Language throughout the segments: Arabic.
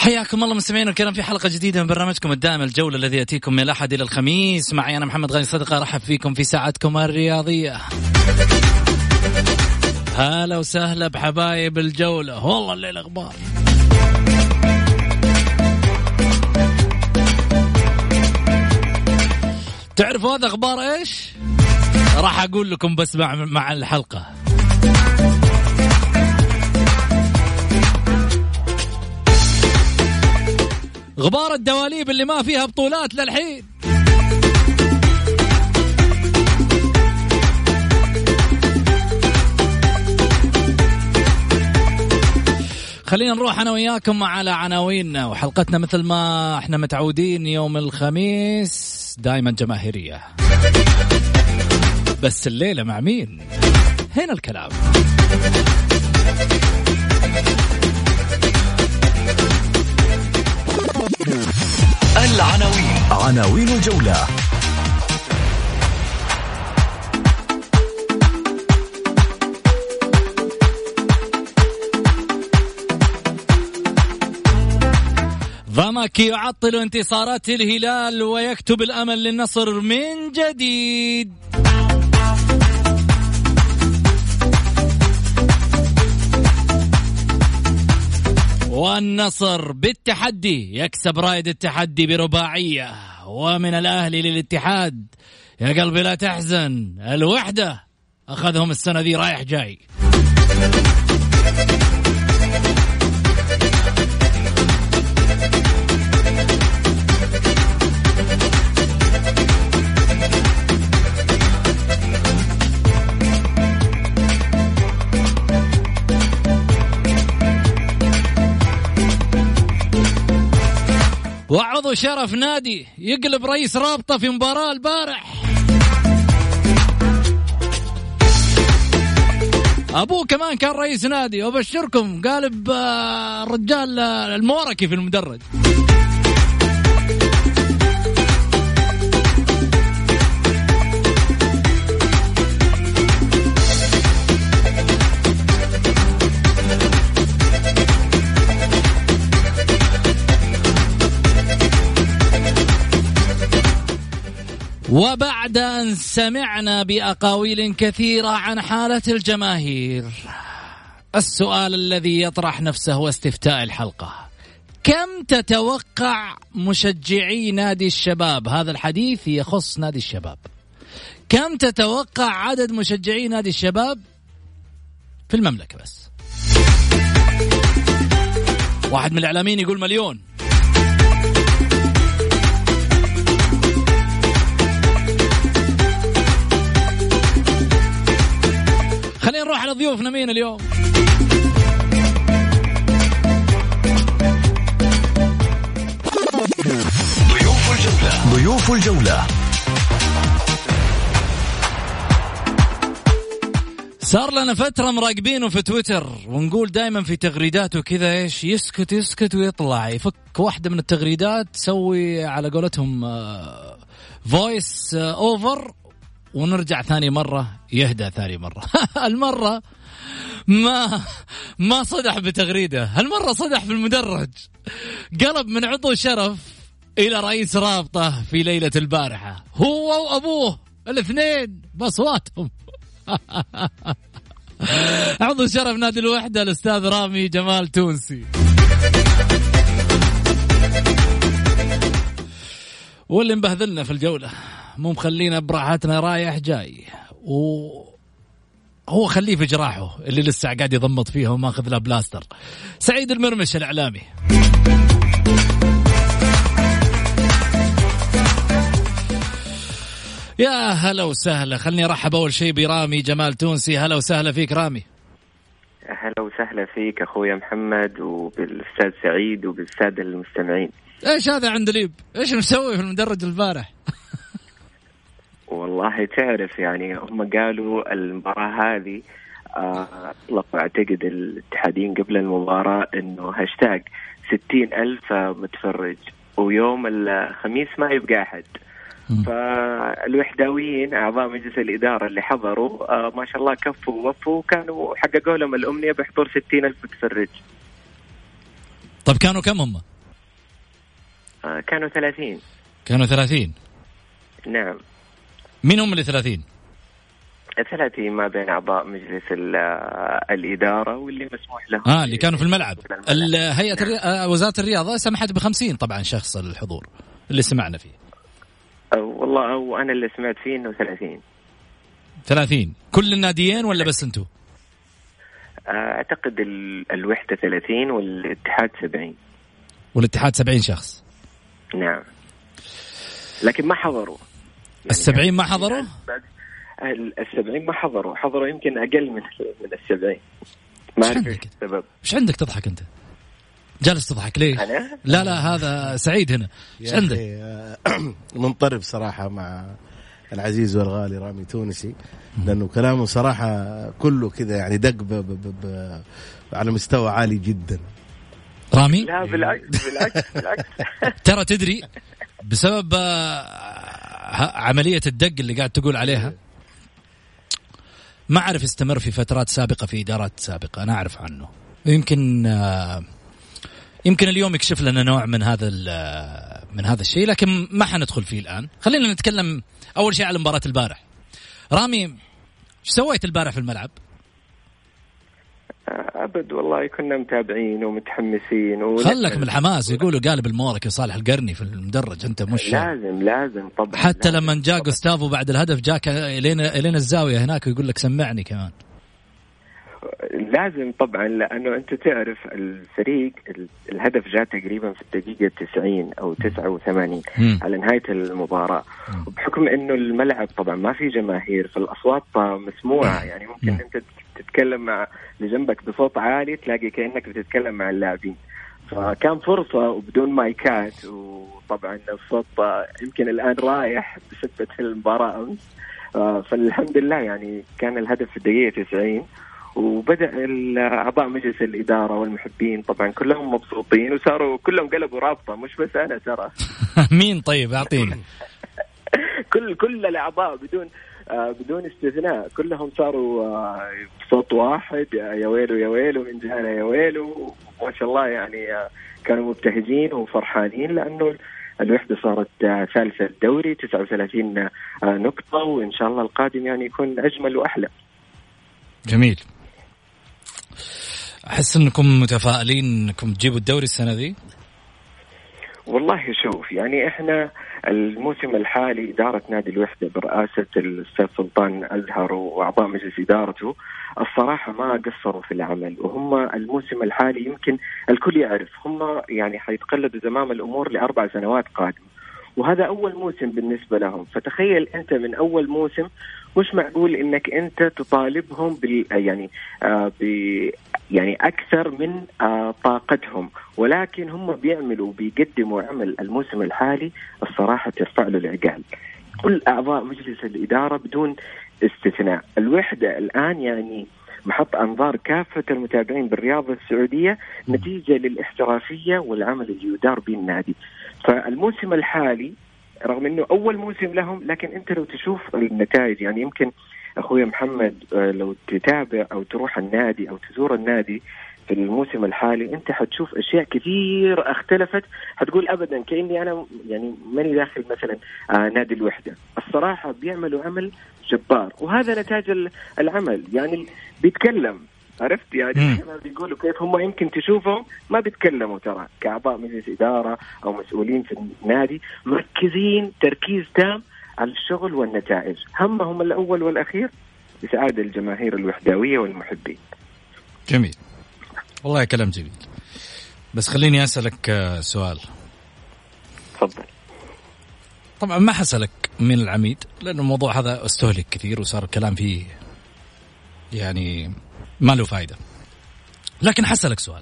حياكم الله مستمعين الكرام في حلقة جديدة من برنامجكم الدائم الجولة الذي يأتيكم من الأحد إلى الخميس. معي أنا محمد غني صدقة، رحب فيكم في ساعتكم الرياضية. هلا وسهلا بحبايب الجولة. والله الليل أخبار. تعرفوا هذا أخبار إيش؟ راح أقول لكم بس مع الحلقة. غبار الدواليب اللي ما فيها بطولات للحين. خلينا نروح أنا وياكم على عناويننا وحلقتنا مثل ما احنا متعودين يوم الخميس دائما جماهيرية، بس الليلة مع مين؟ هنا الكلام. عناوين الجولة. ضمك يعطل انتصارات الهلال ويكتب الأمل للنصر من جديد. والنصر بالتحدي يكسب رايد التحدي برباعية. ومن الأهلي للاتحاد يا قلبي لا تحزن، الوحدة أخذهم السنة ذي رايح جاي. وعضو شرف نادي يقلب رئيس رابطة في مباراة البارح. أبوه كمان كان رئيس نادي وبشركم قالب الرجال الموركي في المدرج. وبعد أن سمعنا بأقاويل كثيرة عن حالة الجماهير، السؤال الذي يطرح نفسه هو استفتاء الحلقة: كم تتوقع مشجعي نادي الشباب؟ هذا الحديث يخص نادي الشباب. كم تتوقع عدد مشجعي نادي الشباب في المملكة بس؟ واحد من الإعلاميين يقول 1,000,000. خلينا نروح على ضيوفنا. مين اليوم؟ ضيوف الجولة. صار لنا فترة مراقبينه في تويتر ونقول دائما في تغريداته كذا ايش يسكت ويطلع يفك واحدة من التغريدات، تسوي على قولتهم فويس اوفر ونرجع ثاني مرة يهدى ثاني مرة. المرة ما صدح بتغريده، هالمرة صدح في المدرج، قلب من عضو شرف إلى رئيس رابطة في ليلة البارحة، هو وأبوه الاثنين بأصواتهم. عضو شرف نادي الوحدة الأستاذ رامي جمال تونسي. واللي مبهذلنا في الجولة مو مخلينا براحتنا رايح جاي، وهو خليه في جراحه اللي لسه قاعد يضمط فيها وما أخذ له بلاستر. سعيد المرمش الإعلامي. يا هلا وسهلا. خلني أرحب أول شيء برامي جمال تونسي. هلا وسهلا فيك رامي. هلا وسهلا فيك أخويا محمد وبالأستاذ سعيد وبالسادة المستمعين. إيش هذا عندليب؟ إيش مسوي في المدرج البارح؟ والله تعرف يعني هم قالوا المباراة هذه أطلقوا أعتقد الاتحادين قبل المباراة إنه هاشتاج 60,000 متفرج، ويوم الخميس ما يبقى أحد. فالوحداويين أعضاء مجلس الإدارة اللي حضروا ما شاء الله كفوا ووفوا، كانوا حققوا لهم الأمنية بحضور 60,000 متفرج. طب كانوا كم هم؟ كانوا 30. كانوا 30. نعم. مين هم اللي 30؟ 30 ما بين أعضاء مجلس الإدارة واللي مسموح لهم اللي كانوا في الملعب. هيئة وزارة الرياضة سمحت ب50 طبعا شخص الحضور اللي سمعنا فيه. والله وأنا اللي سمعت فيه إنه 30 كل الناديين ولا بس أنتوا؟ أعتقد الوحدة 30 والاتحاد 70. والاتحاد 70 شخص. نعم. لكن ما حضروا. يعني 70 ما حضروا؟ 70 ما حضروا يمكن أقل من 70. ما أعرف السبب. إيش عندك تضحك أنت؟ جالس تضحك ليه؟ أنا؟ لا هذا سعيد هنا. إيش عندك؟ منطرب صراحة مع العزيز والغالي رامي تونسي، لأنه كلامه صراحة كله كذا يعني دق على مستوى عالي جدا. رامي؟ لا بالعكس. ترى تدري بسبب عملية الدق اللي قاعد تقول عليها ما أعرف استمر في فترات سابقة في إدارات سابقة، أنا أعرف عنه. يمكن اليوم يكشف لنا نوع من هذا الشيء، لكن ما حندخل فيه الآن. خلينا نتكلم أول شيء على مباراة البارح. رامي، ايش سويت البارح في الملعب؟ أبد والله كنا متابعين ومتحمسين خلك من الحماس. يقولوا قالب المورك يصالح القرني في المدرج. أنت مش لازم طبعا. حتى لما جاء جوستافو بعد الهدف جاك إلينا الزاوية هناك ويقول لك سمعني كمان. لازم طبعا، لأنه أنت تعرف الفريق الهدف جاء تقريبا في الدقيقة 90 أو 89 على نهاية المباراة. وبحكم أنه الملعب طبعا ما في جماهير، فالأصوات مسموعة. يعني ممكن أنت تتكلم مع اللي جنبك بصوت عالي تلاقي كأنك بتتكلم مع اللاعبين. فكان فرصة وبدون مايكات، وطبعا الصوت يمكن الآن رايح بسبب المباراة أمس. فالحمد لله يعني كان الهدف في الدقيقة 90، وبدأ أعضاء مجلس الإدارة والمحبين طبعا كلهم مبسوطين، وصاروا كلهم قلبوا رابطة، مش بس أنا ترى. مين طيب أعطيني؟ كل الأعضاء بدون استثناء كلهم صاروا بصوت واحد، يا ويلو يا ويلو من جانا يا ويلو. ما شاء الله يعني كانوا مبتهجين وفرحانين، لأنه الوحدة صارت ثالثة الدوري 39 نقطة، وإن شاء الله القادم يعني يكون أجمل وأحلى. جميل. أحس أنكم متفائلين أنكم تجيبوا الدوري السنة دي. والله شوف، يعني إحنا الموسم الحالي إدارة نادي الوحدة برئاسة الأستاذ سلطان أزهر وأعضاء مجلس إدارته الصراحة ما قصروا في العمل. وهم الموسم الحالي يمكن الكل يعرف هم يعني حيتقلدوا زمام الأمور ل4 سنوات قادمة، وهذا أول موسم بالنسبة لهم. فتخيل أنت من أول موسم مش معقول إنك أنت تطالبهم يعني أكثر من طاقتهم، ولكن هم بيعملوا بيقدموا عمل الموسم الحالي الصراحة ترفع له العقال. كل أعضاء مجلس الإدارة بدون استثناء. الوحدة الآن يعني محط أنظار كافة المتابعين بالرياضة السعودية نتيجة للاحترافية والعمل اللي يدار به النادي. فالموسم الحالي رغم أنه أول موسم لهم، لكن أنت لو تشوف النتائج يعني يمكن أخوي محمد لو تتابع أو تروح النادي أو تزور النادي في الموسم الحالي أنت حتشوف أشياء كثير اختلفت. حتقول أبدا كأني أنا يعني ماني داخل مثلا نادي الوحدة. الصراحة بيعملوا عمل جبار، وهذا نتاج العمل. يعني بيتكلم، عرفت يعني ما بيقولوا كيف هم يمكن تشوفهم ما بيتكلموا ترى كأعضاء مجلس إدارة أو مسؤولين في النادي مركزين تركيز تام على الشغل والنتائج. همهم الأول والأخير إسعاد الجماهير الوحداوية والمحبين. جميل والله كلام جميل. بس خليني أسألك سؤال. تفضل. طبعا ما حسألك من العميد لأن الموضوع هذا استهلك كثير وصار الكلام فيه يعني ما له فايدة، لكن حسألك سؤال.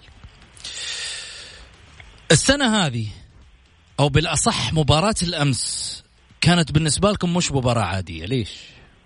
السنة هذه أو بالأصح مباراة الأمس كانت بالنسبة لكم مش مباراة عادية، ليش؟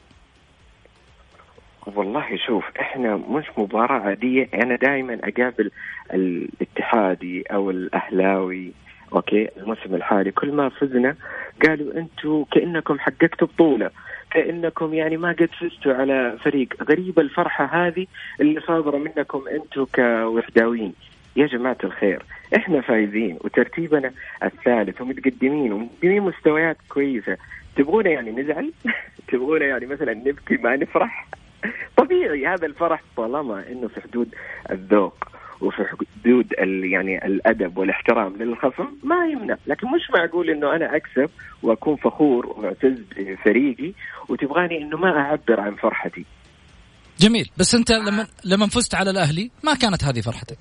والله شوف احنا مش مباراة عادية. انا دائما اقابل الاتحادي او الاهلاوي اوكي الموسم الحالي كل ما فزنا قالوا انتوا كأنكم حققتوا بطولة، كأنكم يعني ما قد فزتوا على فريق. غريبة الفرحة هذه اللي صادرة منكم انتوا كوحداويين. يا جماعة الخير إحنا فايزين وترتيبنا الثالث ومتقدمين مستويات كويسة، تبغونا يعني نزعل؟ تبغونا يعني مثلا نبكي ما نفرح؟ طبيعي هذا الفرح طالما إنه في حدود الذوق وفي حدود يعني الأدب والاحترام للخصم ما يمنع، لكن مش معقول إنه أنا أكسب وأكون فخور ومعتز بفريقي وتبغاني إنه ما أعبر عن فرحتي. جميل، بس أنت لما فزت على الأهلي ما كانت هذه فرحتك.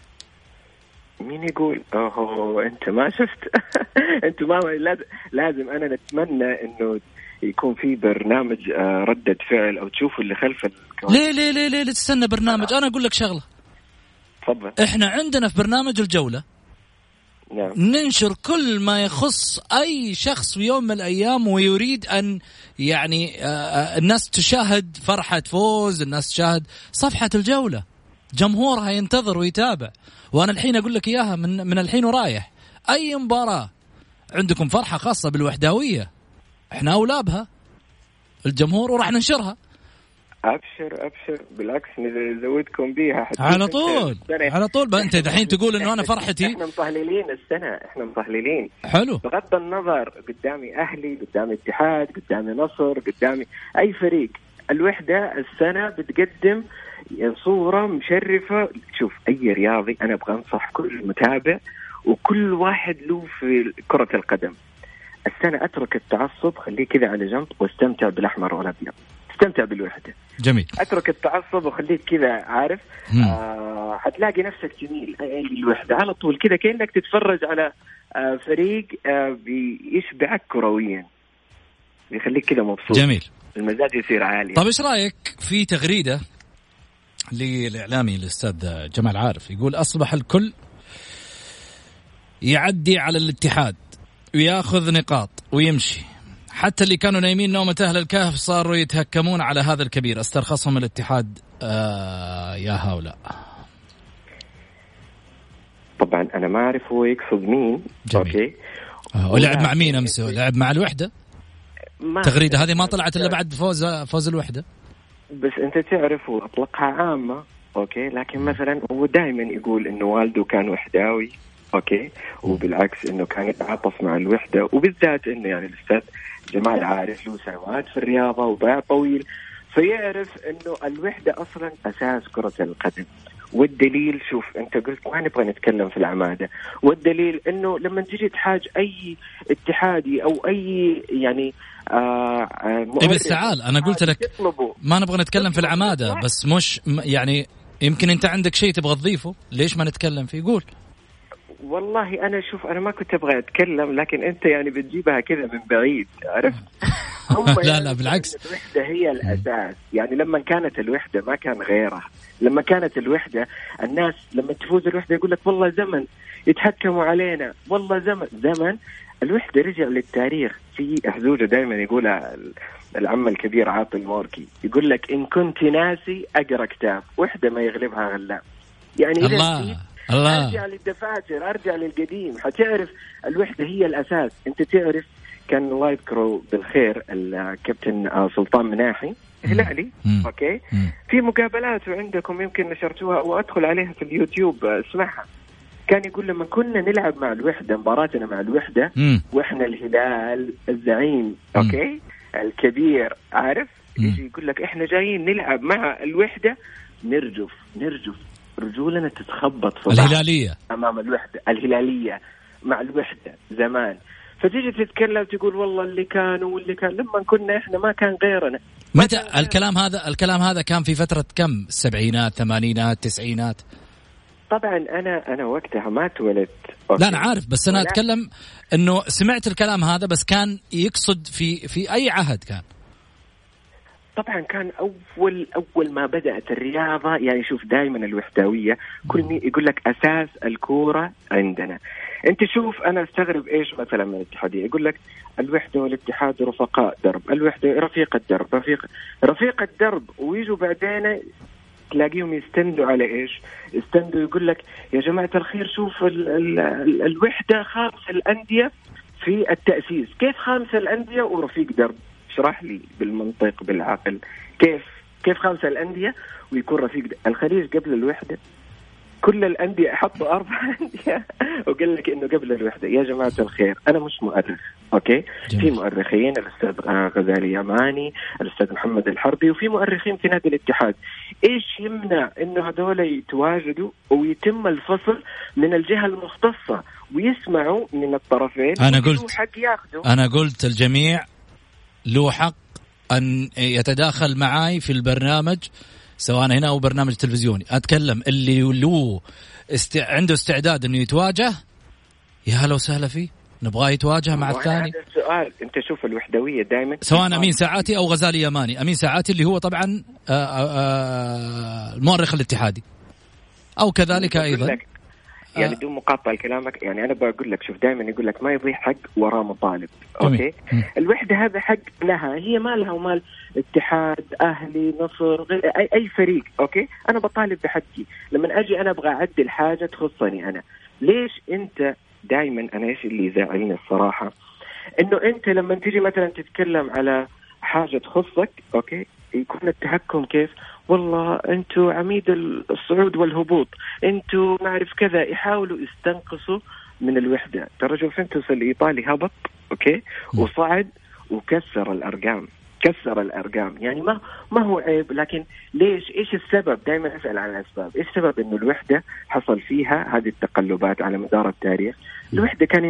مين يقول أنت ما شفت؟ أنت ما لازم أنا نتمنى إنه يكون في برنامج ردة فعل أو تشوفوا اللي خلف ليه تستنى برنامج؟ أنا أقول لك شغلة. تفضل. إحنا عندنا في برنامج الجولة نعم. ننشر كل ما يخص أي شخص في يوم من الأيام ويريد أن يعني الناس تشاهد فرحة فوز، الناس تشاهد صفحة الجولة، جمهورها ينتظر ويتابع. وأنا الحين أقول لك إياها من الحين ورايح، أي مباراة عندكم فرحة خاصة بالوحداوية إحنا أولابها الجمهور وراح ننشرها. أبشر بالعكس نزودكم بيها على طول أنت دحين تقول إنه أنا فرحتي. إحنا مطهللين السنة، إحنا مطهللين. حلو. بغض النظر قدامي أهلي، قدامي اتحاد، قدامي نصر، قدامي أي فريق، الوحدة السنة بتقدم صورة مشرفة. شوف أي رياضي أنا أبغى أنصح كل متابع وكل واحد له في كرة القدم السنة أترك التعصب، خليه كذا على جنب واستمتع بالأحمر والأبيض، استمتع بالوحدة. جميل. اترك التعصب وخليك كذا عارف. حتلاقي نفسك جميل الوحدة على طول كذا، كأنك تتفرج على فريق بيشبعك كرويا، بيخليك كذا مبسوط. جميل. المزاج يصير عالي. طب ايش رايك في تغريدة للإعلامي الأستاذ جمال عارف يقول أصبح الكل يعدي على الاتحاد وياخذ نقاط ويمشي، حتى اللي كانوا نايمين نومة أهل الكهف صاروا يتهكمون على هذا الكبير، استرخصهم الاتحاد يا هؤلاء. طبعا أنا ما أعرف هو يقصد مين. جميل. أوكي. ولعب مع مين أمس؟ لعب مع الوحدة. تغريدة هذه ما طلعت إلا بعد فوز الوحدة. بس أنت تعرف هو أطلقها عامة. أوكي. لكن مثلا هو دائما يقول إنه والده كان وحداوي. أوكي. وبالعكس إنه كان يتعاطف مع الوحدة، وبالذات إنه يعني الأستاذ جمال عارف له سنوات في الرياضة وباع طويل، فيعرف إنه الوحدة أصلا أساس كرة القدم. والدليل شوف أنت قلت ما نبغى نتكلم في العمادة، والدليل إنه لما تيجي تحاج أي اتحادي أو أي يعني بس تعال أنا قلت لك ما نبغى نتكلم في العمادة، بس مش يعني يمكن أنت عندك شيء تبغى تضيفه، ليش ما نتكلم فيه؟ قول. والله أنا شوف أنا ما كنت أبغى أتكلم، لكن أنت يعني بتجيبها كذا من بعيد عرفت. لا بالعكس، الوحدة هي الأساس. يعني لما كانت الوحدة ما كان غيرها، لما كانت الوحدة الناس لما تفوز الوحدة يقول لك والله زمن يتحكموا علينا، والله زمن. الوحدة رجع للتاريخ. في أحزوجة دائما يقولها العم الكبير عاطي الموركي، يقول لك إن كنت ناسي أقرأ كتاب، وحدة ما يغلبها غلاب. يعني الله أرجع للدفاتر، أرجع للقديم، حتعرف الوحدة هي الأساس. أنت تعرف كان الله يذكره بالخير الكابتن سلطان مناحي هلالي. أوكي. في مقابلات عندكم يمكن نشرتوها وأدخل عليها في اليوتيوب اسمعها. كان يقول لما كنا نلعب مع الوحدة مباراتنا مع الوحدة وإحنا الهلال الزعيم أوكي الكبير عارف يجي يقول لك إحنا جايين نلعب مع الوحدة نرجف رجولنا تتخبط في الهلالية أمام الوحدة، الهلالية مع الوحدة زمان. فتيجي تتكلم تقول والله اللي كانوا واللي كان، لما كنا إحنا ما كان غيرنا. متى الكلام هذا كان في فترة كم؟ السبعينات، ثمانينات، تسعينات؟ طبعا أنا وقتها ما تولدت. لا أنا عارف، بس أنا أتكلم إنه سمعت الكلام هذا، بس كان يقصد في أي عهد كان؟ طبعا كان أول ما بدأت الرياضة. يعني شوف دائما الوحداوية كل يقول لك أساس الكورة عندنا. أنت شوف أنا استغرب إيش مثلا من الاتحادية يقول لك الوحدة والاتحاد رفقاء درب، الوحدة رفيق الدرب، رفيق الدرب، ويجوا بعدين تلاقيهم يستندوا على إيش؟ يستندوا يقول لك يا جماعة الخير شوف الوحدة خامس الأندية في التأسيس. كيف خامس الأندية ورفيق درب؟ اشرح لي بالمنطق بالعقل كيف خامس الأندية ويكون رفيق الخليج قبل الوحدة؟ كل الأندية حطوا 4 أندية وقال لك إنه قبل الوحدة. يا جماعة الخير أنا مش مؤرخ، أوكي؟ في مؤرخين، الأستاذ غزالي يماني، الأستاذ محمد الحربي، وفي مؤرخين في نادي الاتحاد. إيش يمنع إنه هذول يتواجدوا ويتم الفصل من الجهة المختصة ويسمعوا من الطرفين؟ أنا قلت الجميع له حق أن يتداخل معاي في البرنامج سواء هنا أو برنامج تلفزيوني. أتكلم اللي له عنده استعداد أنه يتواجه، يا هلا وسهلا فيه، نبغاه يتواجه مع الثاني. هذا السؤال. أنت شوف الوحدوية دائما سواء أمين ساعاتي أو غزالي يماني. أمين ساعاتي اللي هو طبعا المؤرخ الاتحادي، أو كذلك أيضا يعني دون مقاطعة كلامك. يعني أنا بقول لك شوف، دائما يقول لك ما يضيع حق وراء مطالب. أوكي، الوحدة هذا حق لها، هي مالها ومال اتحاد، أهلي، نصر، أي فريق. أوكي، أنا بطالب بحقي. لما أجي أنا أبغى أعدل حاجة تخصني أنا، ليش أنت دائما؟ أنا إيش اللي يزعلني الصراحة، إنه أنت لما تيجي مثلا تتكلم على حاجة تخصك، أوكي، يكون التحكم كيف؟ والله أنتوا عميد الصعود والهبوط، أنتوا ما أعرف كذا، يحاولوا يستنقصوا من الوحدة. ترى جوفنتوس الإيطالي هبط، أوكي، وصعد وكسر الأرقام، كسر الأرقام. يعني ما هو عيب، لكن ليش؟ إيش السبب؟ دائما أسأل عن الأسباب. إيش السبب إنه الوحدة حصل فيها هذه التقلبات على مدار التاريخ؟ الوحدة كان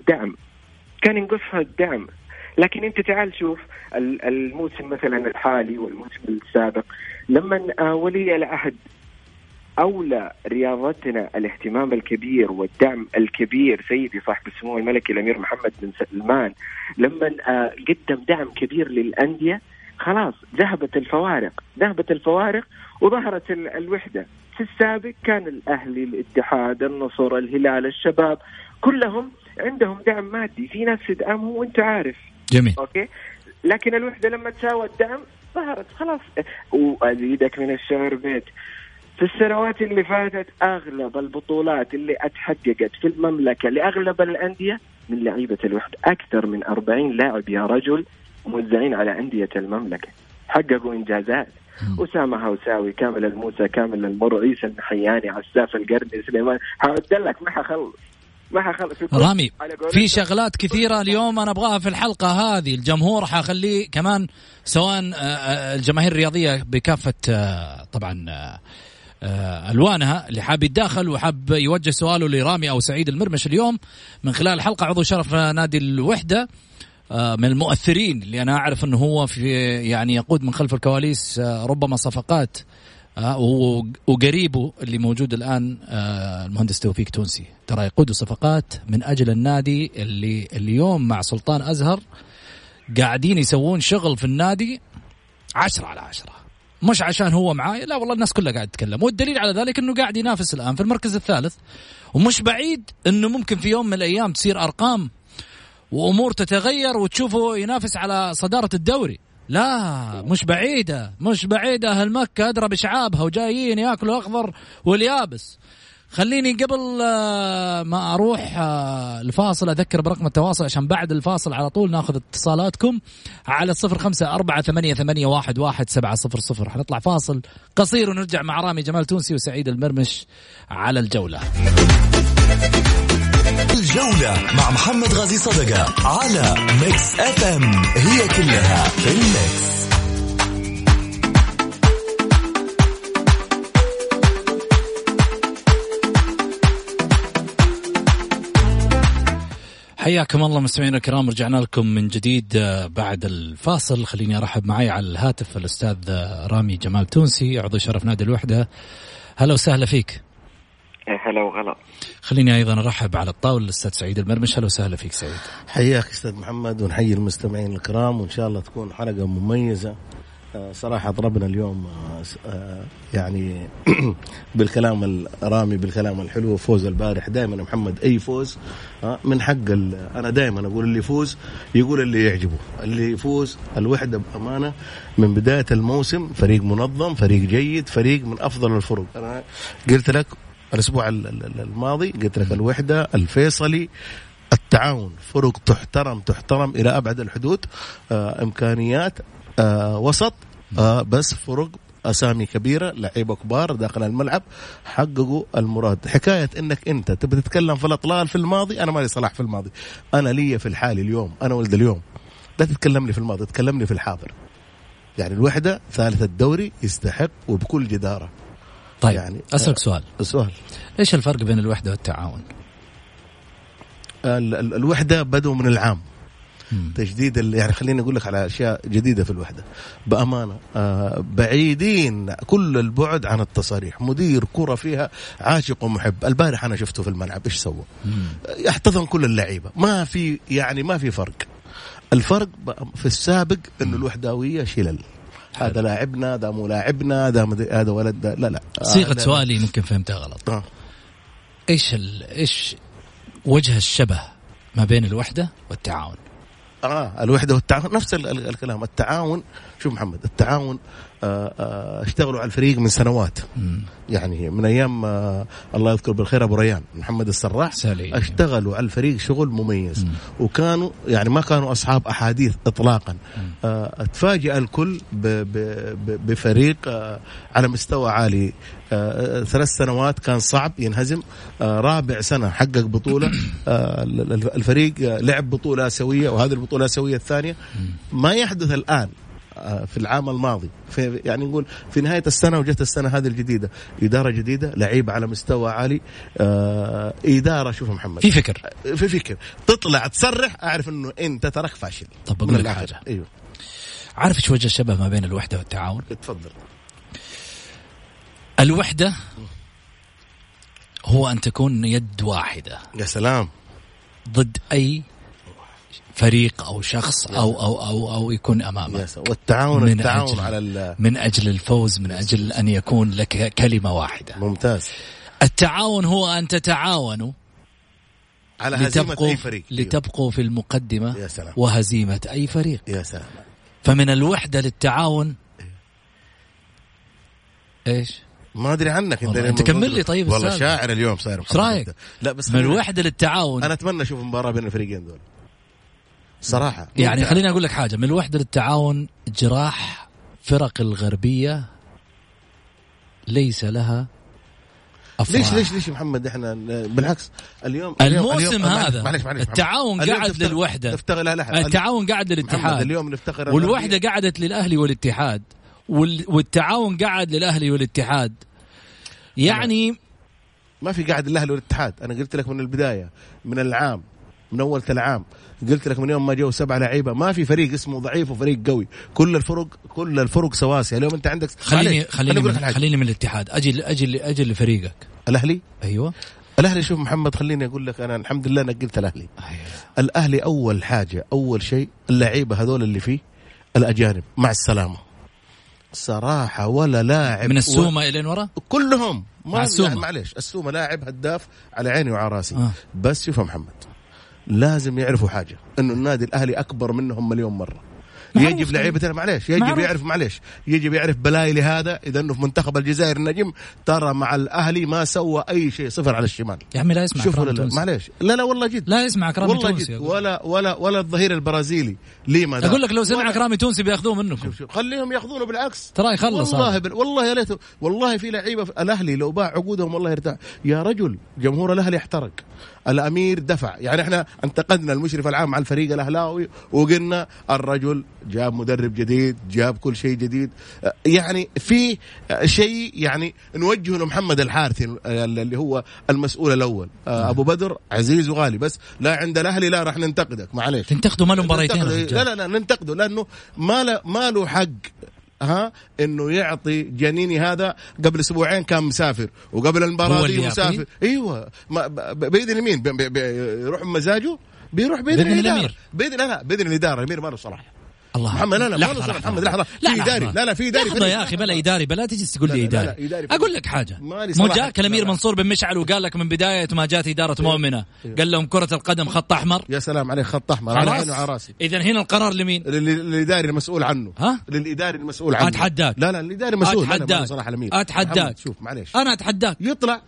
ينقصها الدعم، لكن انت تعال شوف الموسم مثلا الحالي والموسم السابق، لما ولي العهد أولى رياضتنا الاهتمام الكبير والدعم الكبير سيدي صاحب السمو الملكي الأمير محمد بن سلمان، لما قدم دعم كبير للأندية، خلاص ذهبت الفوارق وظهرت الوحدة. في السابق كان الأهلي، الاتحاد، النصر، الهلال، الشباب، كلهم عندهم دعم مادي، في ناس تدعمه وانت عارف. جميل. أوكي، لكن الوحدة لما تساوى الدعم ظهرت خلاص. وأزيدك من الشعر بيت، في السنوات اللي فاتت أغلب البطولات اللي اتحققت في المملكة لأغلب الأندية من لعيبة الوحدة. أكثر من 40 لاعب يا رجل موزعين على أندية المملكة، حققوا إنجازات. أسامة هوساوي، كامل الموسى، كامل المرو، عيسى المحياني، عساف القرني، سليمان، هودلك ما حخلص. رامي في شغلات كثيرة اليوم أنا أبغاها في الحلقة هذه. الجمهور حخليه كمان، سواء الجماهير الرياضية بكافة طبعا ألوانها، اللي حاب يتداخل وحاب يوجه سؤاله لرامي أو سعيد المرمش اليوم من خلال الحلقة. عضو شرف نادي الوحدة، من المؤثرين اللي أنا أعرف أنه هو في يعني يقود من خلف الكواليس ربما صفقات، وقريبه اللي موجود الآن المهندس توفيق تونسي، ترى يقود صفقات من أجل النادي اللي اليوم مع سلطان أزهر قاعدين يسوون شغل في النادي 10/10. مش عشان هو معاي، لا والله الناس كلها قاعد تتكلم، والدليل على ذلك أنه قاعد ينافس الآن في المركز الثالث، ومش بعيد أنه ممكن في يوم من الأيام تصير أرقام وأمور تتغير وتشوفه ينافس على صدارة الدوري. لا مش بعيدة أهل مكة أدرى بشعابها وجايين يأكلوا أخضر واليابس. خليني قبل ما أروح الفاصل أذكر برقم التواصل عشان بعد الفاصل على طول ناخذ اتصالاتكم على 0548811700. حنطلع فاصل قصير ونرجع مع رامي جمال تونسي وسعيد المرمش على الجولة مع محمد غازي صدقة على ميكس اف ام، هي كلها في الميكس. حياكم الله مستمعينا الكرام، رجعنا لكم من جديد بعد الفاصل. خليني أرحب معي على الهاتف الأستاذ رامي جمال تونسي، عضو شرف نادي الوحدة. هلا وسهلا فيك. هلا وغلا. خليني أيضا أرحب على الطاولة الأستاذ سعيد المرمش. هلا وسهلا فيك سعيد. حياك أستاذ محمد، ونحيي المستمعين الكرام، وإن شاء الله تكون حلقة مميزة. صراحة ضربنا اليوم يعني بالكلام الرامي، بالكلام الحلو. فوز البارح دائما محمد، أي فوز من حق أنا دائما أقول اللي يفوز يقول اللي يعجبه، اللي يفوز الوحدة بأمانة من بداية الموسم فريق منظم، فريق جيد، فريق من أفضل الفرق. أنا قلت لك الأسبوع الماضي، قلت لك الوحدة، الفيصلي، التعاون، فرق تحترم إلى أبعد الحدود، إمكانيات وسط، بس فرق أسامي كبيرة، لعيبة كبار داخل الملعب حققوا المراد. حكاية إنك أنت تبي تتكلم في الأطلال في الماضي، أنا مالي صلاح في الماضي، أنا لي في الحالي اليوم، أنا ولد اليوم. لا تتكلم لي في الماضي، تكلمني في الحاضر. يعني الوحدة ثالث الدوري يستحق وبكل جدارة. طيب يعني أسألك سؤال، إيش الفرق بين الوحدة والتعاون؟ الوحدة بدوا من العام تجديد يعني خليني أقول لك على أشياء جديدة في الوحدة بأمانة، بعيدين كل البعد عن التصاريح. مدير كرة فيها عاشق ومحب. البارح أنا شفته في الملعب إيش سوى، يحتضن كل اللعيبة، ما في يعني ما في فرق. الفرق في السابق إنه الوحداوية شلل، هذا لاعبنا، هذا مو لاعبنا، هذا ولد، لا صيغة سؤالي ممكن فهمتها غلط. إيش وجه الشبه ما بين الوحدة والتعاون؟ الوحدة والتعاون نفس الكلام. التعاون شوف محمد، التعاون اشتغلوا على الفريق من سنوات، يعني من أيام الله يذكر بالخير أبو ريان محمد السراح، اشتغلوا على الفريق شغل مميز، وكانوا يعني ما كانوا أصحاب أحاديث إطلاقا. تفاجأ الكل بفريق على مستوى عالي. 3 سنوات كان صعب ينهزم، رابع سنة حقق بطولة. الفريق لعب بطولة آسيوية، وهذه البطولة الآسيوية الثانية. ما يحدث الآن في العام الماضي، في يعني نقول في نهاية السنة وجت السنة هذه الجديدة، إدارة جديدة، لعيبة على مستوى عالي، إدارة. شوف محمد، في فكر تطلع تصرح، أعرف إنه أنت ترك فاشل. طب بقول لك حاجة، أيوه، عارف إيش وجه الشبه ما بين الوحدة والتعاون؟ اتفضل. الوحدة هو أن تكون يد واحدة، يا سلام، ضد أي فريق أو شخص أو يكون أمامك. والتعاون التعاون على من أجل الفوز، من أجل أن يكون لك كلمة واحدة. ممتاز. التعاون هو أن تتعاونوا على هزيمة أي فريق، لتبقوا في المقدمة، يا سلام، وهزيمة أي فريق. يا سلام. فمن الوحدة للتعاون إيش؟ ما أدري عنك أنت كمل لي. طيب والله شاعر اليوم صاير. إيش رأيك؟ لا بس من الوحدة للتعاون، أنا أتمنى أشوف مباراة بين الفريقين دول صراحة. يعني خليني أقول لك حاجة، من الوحدة للتعاون جراح فرق الغربية ليس لها أفراح. ليش محمد؟ إحنا بالعكس اليوم الموسم هذا معلش التعاون قاعد للوحدة، التعاون قاعد للاتحاد، اليوم نفتقر، والوحدة قاعدت للأهلي والاتحاد، والتعاون قاعد للأهلي والاتحاد. يعني ما في قاعد للأهلي والاتحاد. أنا قلت لك من البداية، من العام، من أول العام قلت لك من يوم ما جو 7 لعيبة، ما في فريق اسمه ضعيف وفريق قوي، كل الفرق سواسية. اليوم أنت عندك خليني من الاتحاد، أجي لفريقك الأهلي. أيوة الأهلي. شوف محمد، خليني أقول لك، أنا الحمد لله نقلت الأهلي. الأهلي أول حاجة، أول شيء اللعيبة هذول اللي فيه الأجانب مع السلامة صراحة، ولا لاعب من السومة إلى ورا كلهم معليش. السومة لاعب هداف على عيني وعلى راسي. بس شوف محمد، لازم يعرفوا حاجة، إنه النادي الأهلي أكبر منهم مليون مرة. يجب لعيبة معليش، يجب يعرف بلايلي هذا إذا إنه في منتخب الجزائر النجم ترى مع الأهلي ما سوى أي شيء، 0 على الشمال. يا عمي لا يسمع كرام معليش، لا والله جد لا يسمع كرامي والله تونسي جد. ولا الظهير البرازيلي ليه ما أقول لك لو سمع كرامي تونسي بياخذوه منكم. خليهم ياخذونه بالعكس، ترى يخلص والله يا ليت. والله في لعيبة في الأهلي لو باع عقودهم والله يرتاح. يا رجل جمهور الأهلي احترق، الأمير دفع. يعني احنا انتقدنا المشرف العام على الفريق الأهلاوي وقلنا الرجل جاب مدرب جديد، جاب كل شيء جديد. يعني في شيء يعني نوجهه لمحمد الحارثي اللي هو المسؤول الأول. أبو بدر عزيز وغالي، بس لا عند الأهلي لا راح ننتقدك. معليش تنتقدوا، ما له مباريتين. لا ننتقده لأنه ما له حق انه يعطي جنيني هذا. قبل 2 أسبوع كان مسافر، وقبل المباراة دي مسافر. ايوه باذن اليمين يروح مزاجه، بيروح باذن الامير، باذن الاداره. الامير ما له صلاح. الله محمد لا محمد لحظه، في اداري. لا في اداري يا اخي، بلا اداري، بلا تجي تقول لي اداري. اقول لك حاجه، مو جاك الامير منصور بن مشعل وقال لك من بدايه ما جات اداره مؤمنه، قال لهم كره القدم خط احمر. يا سلام عليك، خط احمر على عيني وعلى راسي. اذا هنا القرار لمين؟ للاداري المسؤول عنه. للاداري المسؤول عنه. اتحداك. لا الاداري مسؤول. اتحداك صراحه الامير. اتحداك. شوف معليش، انا اتحداك.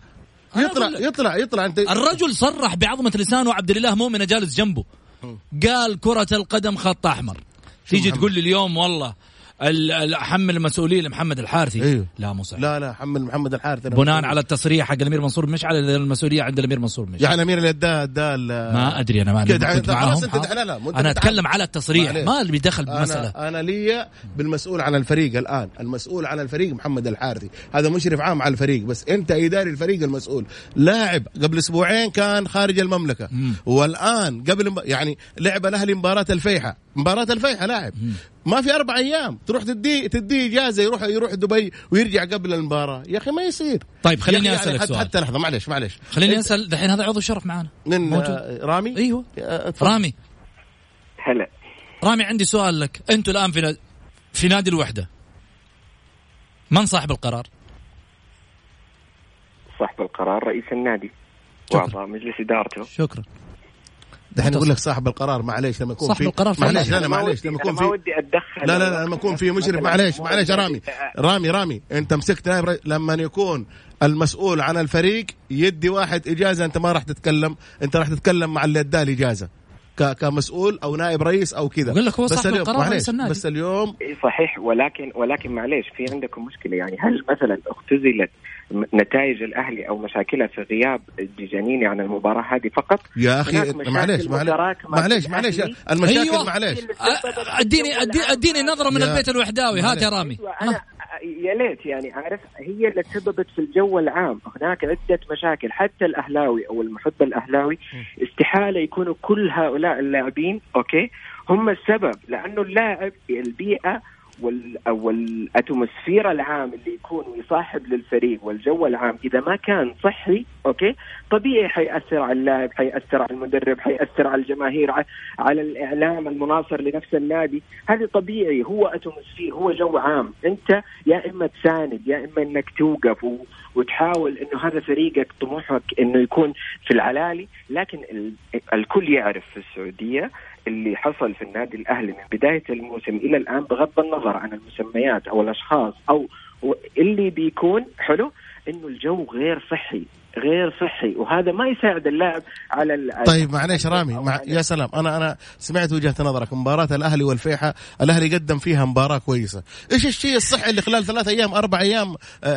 يطلع انت. الرجل صرح بعظمه لسانه، وعبد الله مؤمن جالس جنبه، قال كره القدم خط احمر. تيجي تقول لي اليوم والله حمل المسؤولية لمحمد الحارثي. أيوه. لا مو صحيح. لا حمل محمد الحارثي بناء على التصريح حق الأمير منصور، مش على المسؤولية عند الأمير منصور. مش يعني الأمير اللي ما أدري أنا، ما كنت معهم. أنا أتكلم على التصريح، ما اللي بيدخل بمسألة. أنا لي بالمسؤول عن الفريق الآن، المسؤول عن الفريق محمد الحارثي، هذا مشرف عام على الفريق، بس أنت إداري الفريق المسؤول. لاعب قبل أسبوعين كان خارج المملكة، والآن قبل يعني لعب الأهلي مباراة الفيحة لاعب ما في 4 أيام تروح تدي إجازة يروح دبي ويرجع قبل المباراة. يا أخي ما يصير. طيب خليني أسألك سؤال. حتى لحظة معلش خليني أسأل دحين، هذا عضو شرف معنا موجود رامي. أيوه رامي. هلا رامي، عندي سؤال لك. أنتوا الآن في نادي الوحدة، من صاحب القرار؟ صاحب القرار رئيس النادي وأعضاء مجلس إدارته. شكرا. دحين أقول لك صاحب القرار، معليش لما يكون صاحب القرار معليش لما يكون في، ما ودي أتدخل. لا لما يكون في مشرف، معليش رامي أنت مسكت نائب، لما يكون المسؤول عن الفريق يدي واحد إجازة، أنت ما راح تتكلم، أنت راح تتكلم مع اللي اداه الإجازة كمسؤول أو نائب رئيس أو كذا. أقول لك هو صاحب القرار رئيس النادي. بس اليوم صحيح، ولكن معليش في عندكم مشكلة. يعني هل مثلا اختزلت نتائج الأهلي أو مشاكلها في غياب الجنيني عن المباراة هذه فقط؟ يا أخي معليش المشاكل. أيوة. معليش اديني نظرة من البيت الوحداوي. هات يا رامي. يا ليت يعني عارف، هي اللي تسببت في الجو العام. هناك عدة مشاكل، حتى الأهلاوي أو المحب الأهلاوي استحالة يكونوا كل هؤلاء اللاعبين أوكي هم السبب، لأنه اللاعب البيئة والأتموسفيرا العام اللي يكون يصاحب للفريق والجو العام إذا ما كان صحي أوكي طبيعي حيأثر على اللاعب، حيأثر على المدرب، حيأثر على الجماهير، على الإعلام المناصر لنفس النادي. هذا طبيعي، هو أتموسفير، هو جو عام. أنت يا إما تساند يا إما إنك توقف وتحاول إنه هذا فريقك طموحك إنه يكون في العلالي. لكن الكل يعرف في السعودية اللي حصل في النادي الأهلي من بداية الموسم إلى الآن، بغض النظر عن المسميات أو الأشخاص أو اللي بيكون حلو، إنه الجو غير صحي، وهذا ما يساعد اللاعب على طيب معليش رامي يا سلام، أنا سمعت وجهة نظرك. مباراة الأهلي والفيحة الأهلي قدم فيها مباراة كويسة. إيش الشيء الصحي اللي خلال 3 أيام 4 أيام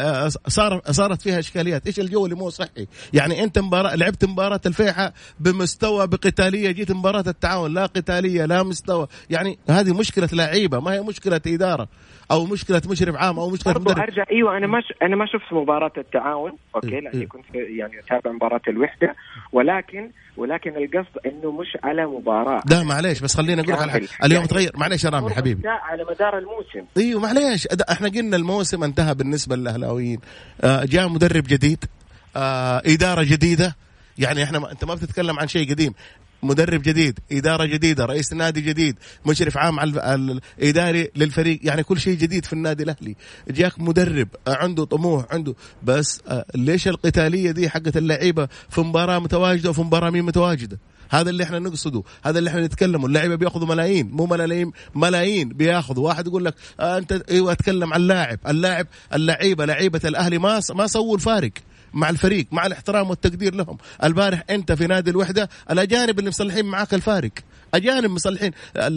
صارت فيها إشكاليات؟ إيش الجو اللي مو صحي؟ يعني أنت لعبت مباراة الفيحة بمستوى بقتالية، جيت مباراة التعاون لا قتالية لا مستوى. يعني هذه مشكلة لعيبة، ما هي مشكلة إدارة أو مشكلة مشرف عام أو مشكلة مدرب. أرجع أيوة، أنا ما شفت مباراة التعاون أوكي، لأني كنت يعني أتابع مباراة الوحدة، ولكن القصد إنه مش على مباراة. لا معليش، بس خلينا نقول على اليوم يعني تغير. معليش يا رامي حبيبي، على مدار الموسم. أيوة معليش، إحنا قلنا الموسم انتهى بالنسبة للأهلاويين. جاء مدرب جديد، إدارة جديدة. يعني أنت ما بتتكلم عن شيء قديم. مدرب جديد، إدارة جديدة، رئيس نادي جديد، مشرف عام على الإداري للفريق، يعني كل شيء جديد في النادي الأهلي. جاك مدرب عنده طموح عنده، بس ليش القتالية دي حقت اللعيبة في مباراة متواجدة وفي مباراة مين متواجدة؟ هذا اللي احنا نقصده، هذا اللي احنا نتكلمه. اللعيبه بياخذوا ملايين، مو ملايين بياخذوا. واحد يقول لك انت ايوه اتكلم عن اللعيبه لعيبه الاهلي ما سووا الفارق مع الفريق، مع الاحترام والتقدير لهم. البارح انت في نادي الوحدة الأجانب اللي مصلحين معاك الفارق، أجانب مصلحين.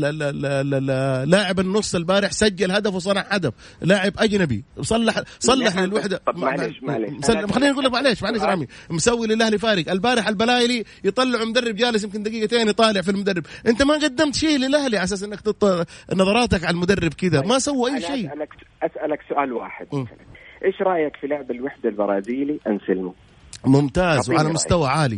لاعب النص البارح سجل هدف وصنع هدف، لاعب أجنبي صلح للوحدة. خلينا نقول لك معليش رامي، مسوي للأهلي فارق. البارح البلايلي يطلع مدرب جالس يمكن دقيقتين يطالع في المدرب. انت ما قدمت شيء للأهلي على اساس انك نظراتك على المدرب كذا، ما سوى اي شيء. أسألك سؤال واحد، إيش رأيك في لاعب الوحدة البرازيلي أنسلمو؟ ممتاز وعلى مستوى عالي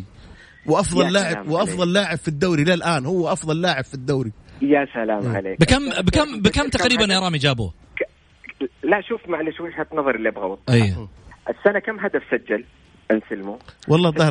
وأفضل لاعب في الدوري للآن، هو أفضل لاعب في الدوري. يا سلام عليك. بكم تقريبا يا رامي جابوه؟ لا شوف معلش وجهة نظر اللي أبغى. أيه. السنة كم هدف سجل أنسلمو؟ والله الظاهر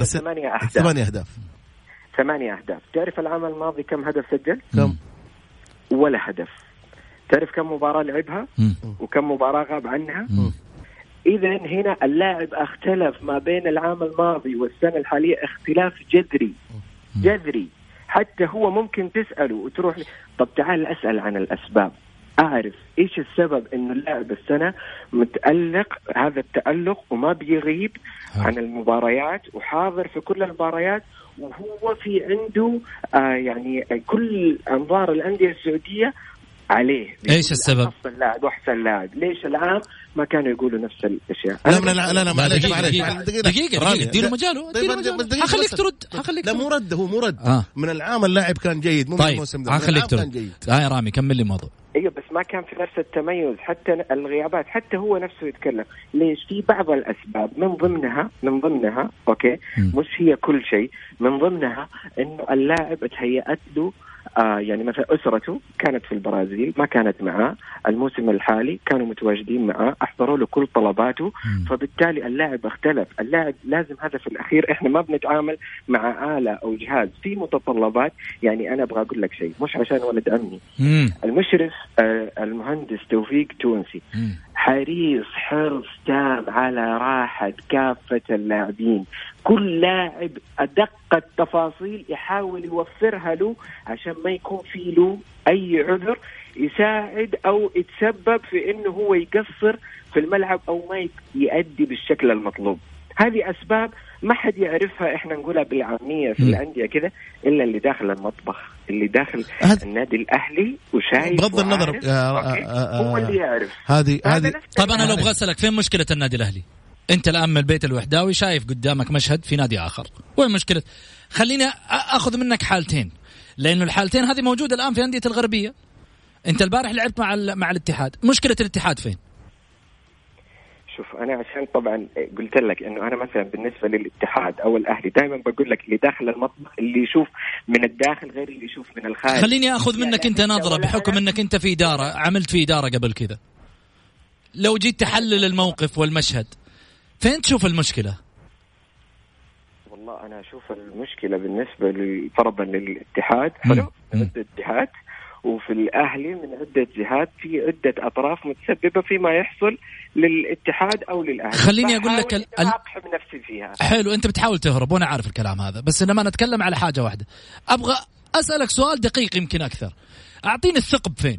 8 أهداف. تعرف العام الماضي كم هدف سجل؟ كم؟ ولا هدف. تعرف كم مباراة لعبها وكم مباراة غاب عنها؟ إذن هنا اللاعب اختلف ما بين العام الماضي والسنة الحالية اختلاف جذري. حتى هو ممكن تسأله وتروح طب تعال أسأل عن الأسباب، أعرف إيش السبب إنه اللاعب السنة متألق هذا التألق وما بيغيب عن المباريات وحاضر في كل المباريات، وهو في عنده يعني كل أنظار الأندية السعودية عليه. ايش السبب؟ أفضل لاعب وأحسن لاعب. ليش العام ما كانوا يقولوا نفس الأشياء؟ لا دقيقة اديله مجاله. هخليك ترد. لا مو رد، هو مو رد. من العام اللاعب كان جيد، مو من الموسم ده. هخليك ترد. يا رامي كمل لي الموضوع. ايوه بس ما كان في نفس التميز، حتى الغيابات، حتى هو نفسه يتكلم. ليش؟ في بعض الاسباب من ضمنها اوكي مش هي كل شيء، من ضمنها انه اللاعب تهيأت له يعني مثلا أسرته كانت في البرازيل ما كانت معاه الموسم الحالي، كانوا متواجدين معاه، أحضروا له كل طلباته، فبالتالي اللاعب اختلف. اللاعب لازم هذا في الأخير، إحنا ما بنتعامل مع آلة أو جهاز، في متطلبات. يعني أنا أبغى أقول لك شيء، مش عشان ولد عمي، المشرف المهندس توفيق تونسي حريص حرص تام على راحة كافة اللاعبين، كل لاعب أدق التفاصيل يحاول يوفرها له عشان ما يكون في له أي عذر يساعد أو يتسبب في إنه هو يقصر في الملعب أو ما يؤدي بالشكل المطلوب. هذه أسباب ما حد يعرفها، إحنا نقولها بالعامية في الأندية كذا، إلا اللي داخل المطبخ، اللي داخل النادي الأهلي وشايف بغض النظر هو اللي يعرف. هذه طب أنا لو أبغى أسألك فين مشكلة النادي الأهلي؟ أنت الآن من البيت الوحداوي شايف قدامك مشهد في نادي آخر، وين مشكلة؟ خليني أخذ منك حالتين، لأنه الحالتين هذه موجودة الآن في أندية الغربية. أنت البارح لعبت مع الاتحاد، مشكلة الاتحاد فين؟ شوف أنا عشان طبعا قلت لك إنه أنا مثلا بالنسبة للاتحاد أو الأهلي دائما بقول لك اللي داخل المطبخ اللي يشوف من الداخل غير اللي يشوف من الخارج. خليني أخذ منك أنت نظرة بحكم إنك أنت في إدارة، عملت في إدارة قبل كذا، لو جيت تحلل الموقف والمشهد فين تشوف المشكلة؟ والله أنا أشوف المشكلة بالنسبة فرضا للاتحاد حلو من الاتحاد، وفي الأهلي من عدة جهات، في عدة أطراف متسببة فيما يحصل للاتحاد أو للأهلي. خليني أقول لك أقحم نفسي فيها. حلو، أنت بتحاول تهرب وأنا عارف الكلام هذا، بس لما نتكلم على حاجة واحدة أبغى أسألك سؤال دقيق يمكن أكثر. أعطيني الثقب فين؟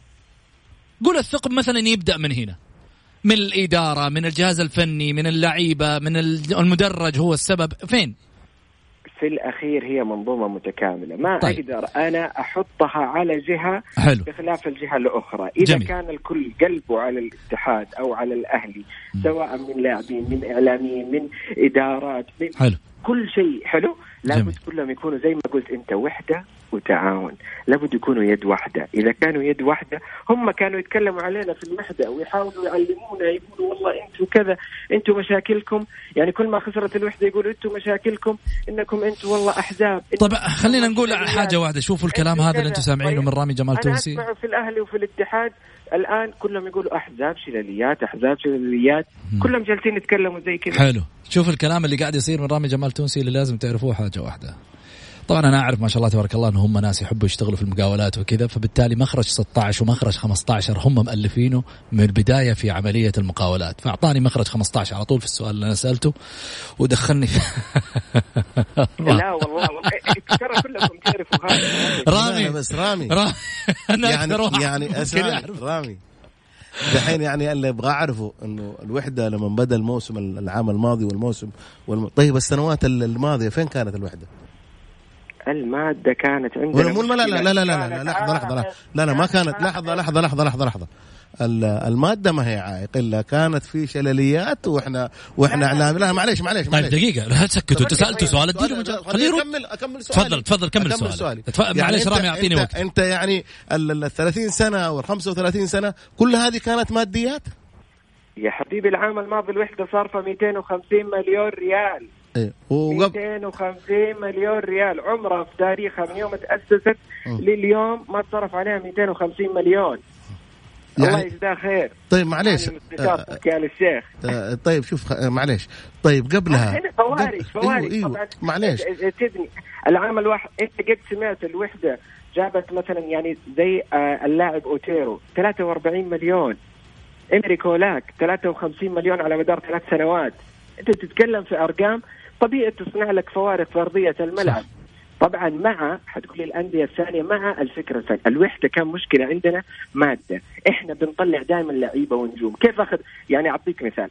قول الثقب مثلا يبدأ من هنا، من الإدارة، من الجهاز الفني، من اللعيبة، من المدرج، هو السبب فين؟ في الأخير هي منظومة متكاملة، ما أقدر أنا أحطها على جهة بخلاف الجهة الأخرى. إذا جميل. كان الكل قلبه على الاتحاد أو على الأهلي سواء من لاعبين من إعلاميين من إدارات من كل شيء حلو، لابد كلهم يكونوا زي ما قلت أنت وحدة وتعاون، لابد يكونوا يد واحدة. إذا كانوا يد واحدة، هم كانوا يتكلموا علينا في المحدة ويحاولوا يعلمونا، يقولوا والله أنتوا كذا، أنتوا مشاكلكم، يعني كل ما خسرت الوحدة يقولوا أنتوا مشاكلكم إنكم أنتوا والله أحزاب. طب خلينا نقول حاجة واحدة، شوفوا الكلام هذا اللي أنتوا سامعينه من رامي جمال تونسي. أنا أسمع في الأهلي وفي الاتحاد الآن كلهم يقولوا أحزاب شلاليات، كلهم جالسين يتكلموا زي كذا. حلو، شوف الكلام اللي قاعد يصير من رامي جمال تونسي، اللي لازم تعرفوه حاجة واحدة. طبعا أنا أعرف ما شاء الله تبارك الله أنهم ناس يحبوا يشتغلوا في المقاولات وكذا، فبالتالي مخرج 16 ومخرج 15 هم مؤلفينه من البداية في عملية المقاولات، فأعطاني مخرج 15 على طول في السؤال اللي أنا سألته ودخلني لا والله ترى كلكم تعرفوا هذا. رامي بس رامي يعني رامي دحين يعني اللي ابغى اعرفه انه الوحده لما بدا الموسم العام الماضي والموسم طيب السنوات الماضيه فين كانت الوحده؟ المادة كانت عندنا لا لا ما كانت. لحظة المادة ما هي عائق إلا كانت في شلاليات وإحنا إعلام لها. معليش طيب دقيقة لا تسكتوا، أنت سألت سؤال اديله مجال، خليه أكمل سؤالي. تفضل كمل سؤالي. معليش رامي أعطيني وقت. أنت يعني 30 سنة أو 35 سنة كل هذه كانت ماديات يا حبيبي. العام الماضي الوحدة صارفة 250 مليون ريال. 250 مليون ريال عمرها في تاريخها من يوم تأسست لليوم ما تصرف عليها 250 مليون. يعني الله يجزاه خير. طيب معليش كان الشيخ. طيب شوف معليش، طيب قبلها فوارق معليش تدني العام الواحد. انت قد سمعت الوحدة جابت مثلا يعني زي اللاعب أوتيرو 43 مليون، إنريكو لاك 53 مليون على مدار 3 سنوات. انت تتكلم في أرقام طبيعي تصنع لك فوارق في أرضية الملعب. طبعا مع حتقول لي الأندية الثانية مع الفكرة الثانية. الوحدة كان مشكلة عندنا مادة، إحنا بنطلع دائما لعيبة ونجوم. كيف أخذ يعني أعطيك مثال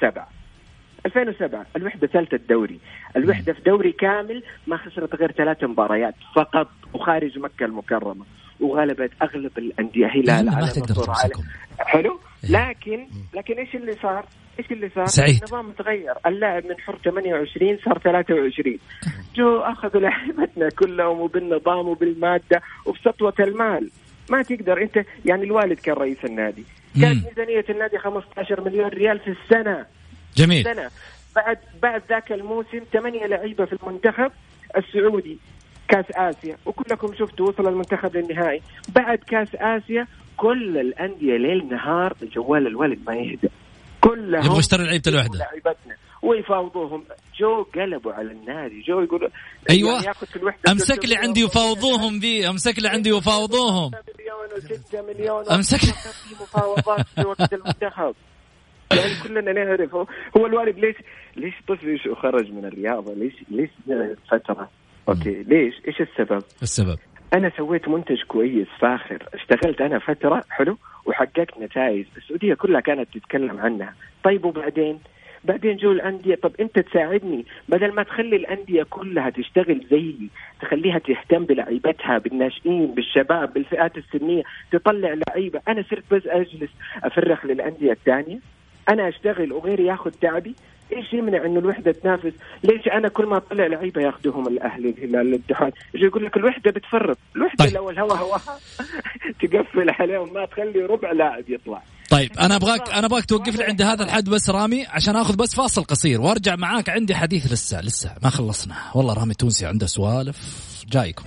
2007 الوحدة ثالثة الدوري، الوحدة في دوري كامل ما خسرت غير 3 مباريات فقط وخارج مكة المكرمة، وغلبت أغلب الأندية هلال على النصر حلو. لكن إيش اللي صار؟ سعيد. النظام تغير، اللاعب من حر 28 صار 23. جو أخذوا لعيبتنا كلهم وبالنظام وبالمادة وبسطوة المال. ما تقدر أنت يعني الوالد كان رئيس النادي، كانت ميزانية النادي 15 مليون ريال في السنة. جميل. سنة. بعد ذاك الموسم 8 لعيبة في المنتخب السعودي كاس آسيا، وكلكم شفتوا وصل المنتخب للنهائي. بعد كاس آسيا كل الأندية ليل نهار جوال الولد ما يهدأ، كلهم يبغوا يشتروا لعيبة الوحدة لعيبتنا ويفاوضوهم. جو قلبوا على النادي، جو يقولوا أيوة يعني أمسك لي عندي وفاوضوهم ذي، أمسك لي عندي وفاوضوهم 6 مليون أمسك لي مفاوضات في وقت المنتخب. يعني كلنا نعرف هو الوالد ليش طفل خرج من الرياضة، ليش فترة أوكي ليش إيش السبب؟ أنا سويت منتج كويس فاخر، اشتغلت أنا فترة حلو وحققت نتائج السعودية كلها كانت تتكلم عنها. طيب وبعدين جو الأندية، طب أنت تساعدني بدل ما تخلي الأندية كلها تشتغل زيي، تخليها تهتم بلعيبتها بالناشئين بالشباب بالفئات السنية، تطلع لعيبة. أنا صرت بس أجلس أفرخ للأندية الثانية، أنا أشتغل وغيري ياخذ تعبي. إيش يمنع إنه الوحدة تنافس؟ ليش أنا كل ما أطلع لعيبة ياخذوهم الأهلي الهلال الاتحاد يجي يقول لك الوحدة بتفرط، الوحدة طيب. لو الهوا تقفل عليهم ما تخلي ربع لاعب يطلع. طيب أنا أبغاك توقف لي عند هذا الحد بس رامي، عشان أخذ بس فاصل قصير وأرجع معاك. عندي حديث لسه ما خلصنا والله. رامي تونسي عنده سوالف جايكم.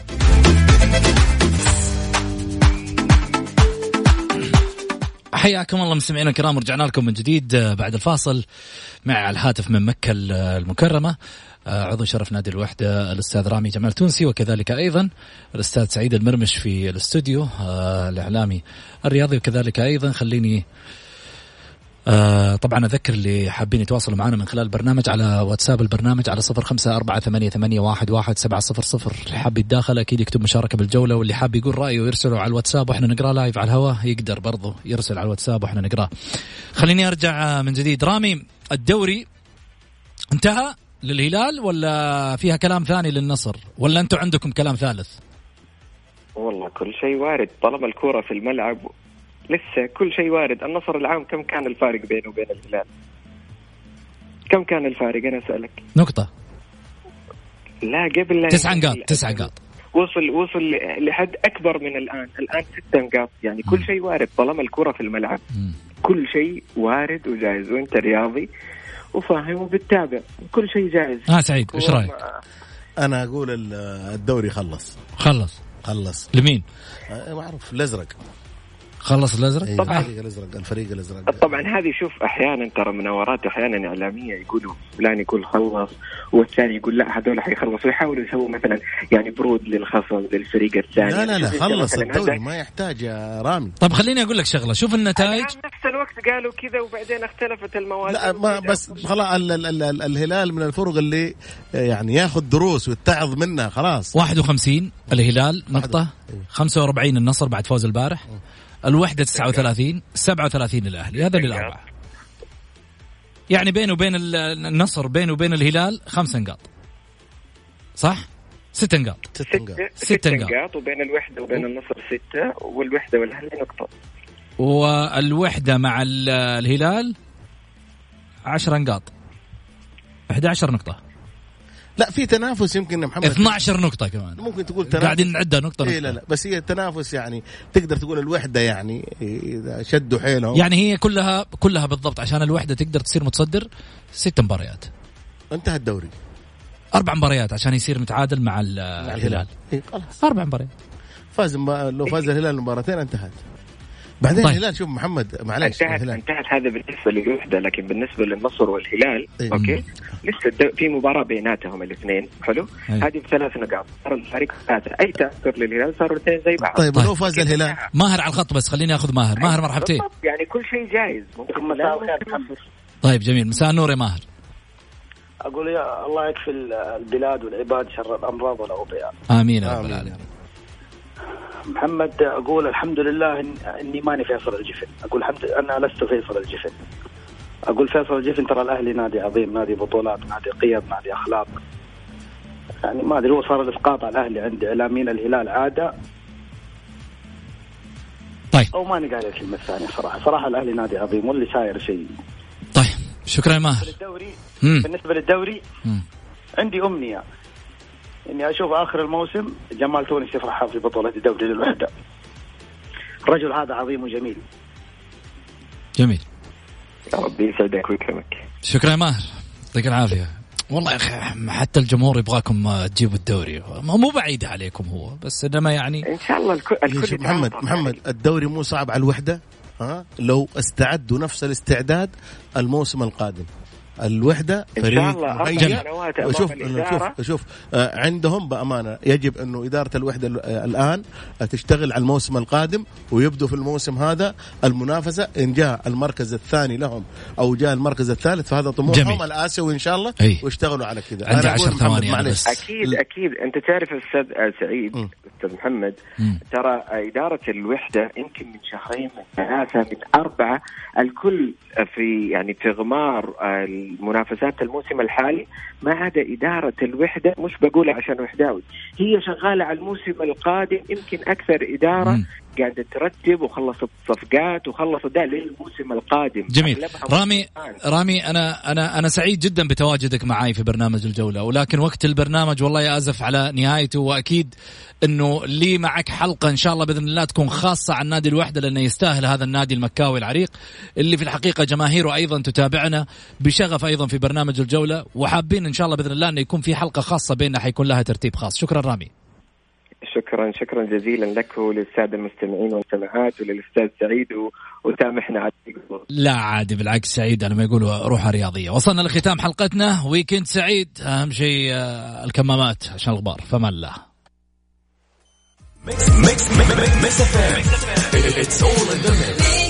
حياكم الله مستمعينا الكرام، ورجعنا لكم من جديد بعد الفاصل مع الهاتف من مكة المكرمة عضو شرف نادي الوحدة الأستاذ رامي جمال تونسي، وكذلك أيضا الأستاذ سعيد المرمش في الاستوديو الإعلامي الرياضي. وكذلك أيضا خليني طبعا أذكر اللي حابين يتواصلوا معنا من خلال البرنامج على واتساب البرنامج على 0548811700. اللي حاب يتداخل أكيد يكتب مشاركة بالجولة، واللي حاب يقول رأيه ويرسله على الواتساب وإحنا نقرأ لايف على الهواء يقدر برضه يرسل على الواتساب وإحنا نقرأ. خليني أرجع من جديد. رامي، الدوري انتهى للهلال ولا فيها كلام ثاني للنصر، ولا أنتم عندكم كلام ثالث؟ والله كل شيء وارد طالما الكرة في الملعب، لسه كل شيء وارد. النصر العام كم كان الفارق بينه وبين الهلال؟ كم كان الفارق؟ أنا أسألك. نقطة. لا قبل 9 نقاط. وصل لحد أكبر من الآن 6 نقاط. يعني كل شيء وارد طالما الكرة في الملعب. كل شيء وارد وجائز، وأنت رياضي وفاهم وبتتابع، كل شيء جائز. سعيد إيش رأيك؟ أنا أقول الدوري خلص لمين؟ معروف الأزرق خلص الأزرق. طبعا الفريق الأزرق طبعا هذه شوف أحيانا ترى مناورات أحيانا إعلامية يقولوا فلان يقول خلص والثاني يقول لا هذول حيخلصوا، ويحاولوا يسووا مثلا يعني برود للخصم للفريق الثاني. لا خلص الدوري ما يحتاج يا رامي. طب خليني أقول لك شغلة، شوف النتائج. نفس الوقت قالوا كذا وبعدين اختلفت الموازين. لا ما بس خلاص الهلال من الفرق اللي يعني ياخذ دروس ويتعظ منها. خلاص 51 الهلال نقطة، 45 النصر بعد فوز البارح، الوحدة 39، 37 الأهلي. هذا للأربعة. يعني بينه وبين النصر بينه وبين الهلال 5 نقاط، صح؟ 6 نقاط. 6 نقاط، وبين الوحدة وبين النصر 6، والوحدة والأهلي نقطة. والوحدة مع الهلال 10 نقاط، 11 نقطة. لا في تنافس يمكن محمد 12 نقطة كمان ممكن تقول تنافس. قاعدين نعدها نقطة. إيه لا بس هي التنافس يعني تقدر تقول الوحدة يعني إذا شدوا حيلهم يعني هي كلها بالضبط عشان الوحدة تقدر تصير متصدر 6 مباريات. انتهى الدوري 4 مباريات عشان يصير متعادل مع الهلال. إيه خلاص 4 مباريات. لو فاز الهلال مباراتين انتهت. بعدين طيب. الهلال شوف محمد معلش انتهت هذا بالنسبة للوحدة، لكن بالنسبة للنصر والهلال أوكي لسه في مباراة بيناتهم الاثنين حلو. هذه ب3 نقاط، صار الفريق 3. أي تأثر للهلال صاروا 2 زي بعض. طيب لو فاز الهلال. ماهر على الخط، بس خليني أخذ ماهر. مرحبتين. يعني كل شيء جائز. مساء الخير. طيب جميل، مساء النور يا ماهر. أقول يا الله يكفي البلاد والعباد شر الأمراض والأوبئة. آمين يا رب العالمين. محمد أقول الحمد لله إني ماني فيصل الجفن. أقول الحمد أنا لست فيصل الجفن. أقول فيصل الجفن ترى الأهلي نادي عظيم، نادي بطولات، نادي قيم، نادي أخلاق. يعني ما أدري هو صار الإسقاط على الأهلي عند إعلاميين الهلال عادة، طيب او ماني قاعد الكلمه الثانيه صراحه الاهلي نادي عظيم واللي ساير شيء. طيب شكرا ماهر. بالنسبه للدوري عندي امنيه اني اشوف اخر الموسم جمال تونس يفرح في بطوله الدوري للوحده. الرجل هذا عظيم وجميل. جميل. يا ربي يسعدك ويكرمك. شكرا ماهر يعطيك العافيه. والله يا اخي حتى الجمهور يبغاكم تجيبوا الدوري، مو بعيد عليكم هو، بس انما يعني ان شاء الله الكل محمد الدوري مو صعب على الوحده. لو استعدوا نفس الاستعداد الموسم القادم الوحدة فريق مهيئ. شوف عندهم بأمانة يجب أنه إدارة الوحدة الآن تشتغل على الموسم القادم ويبدو في الموسم هذا المنافسة. إن جاء المركز الثاني لهم أو جاء المركز الثالث فهذا طموحهم الآسيوي إن شاء الله ويشتغلوا على كذا. عندي 10 ثواني أكيد أنت تعرف أستاذ سعيد أستاذ محمد، ترى إدارة الوحدة يمكن من شهرين من 3 من 4 الكل في غمار المنافسات الموسم الحالي ما عدا إدارة الوحدة. مش بقول عشان وحداوي، هي شغالة على الموسم القادم. يمكن أكثر إدارة قاعدة ترتب وخلصت صفقات وخلصت ده للموسم القادم. جميل. رامي أنا سعيد جدا بتواجدك معي في برنامج الجولة، ولكن وقت البرنامج والله يأسف على نهايته، وأكيد أنه لي معك حلقة إن شاء الله بإذن الله تكون خاصة عن نادي الوحدة، لأنه يستاهل هذا النادي المكاوي العريق اللي في الحقيقة جماهيره أيضا تتابعنا بشغف أيضا في برنامج الجولة، وحابين إن شاء الله بإذن الله أنه يكون في حلقة خاصة بيننا حيكون لها ترتيب خاص. شكرا رامي. شكرا جزيلا لك وللسادة المستمعين والسماعات وللأستاذ سعيد وسامحنا على لا عادي بالعكس سعيد لما يقولوا روحها رياضية. وصلنا لختام حلقتنا، ويكند سعيد. أهم شيء الكمامات عشان الغبار. فما الله. Mix FM. It's all in the mix.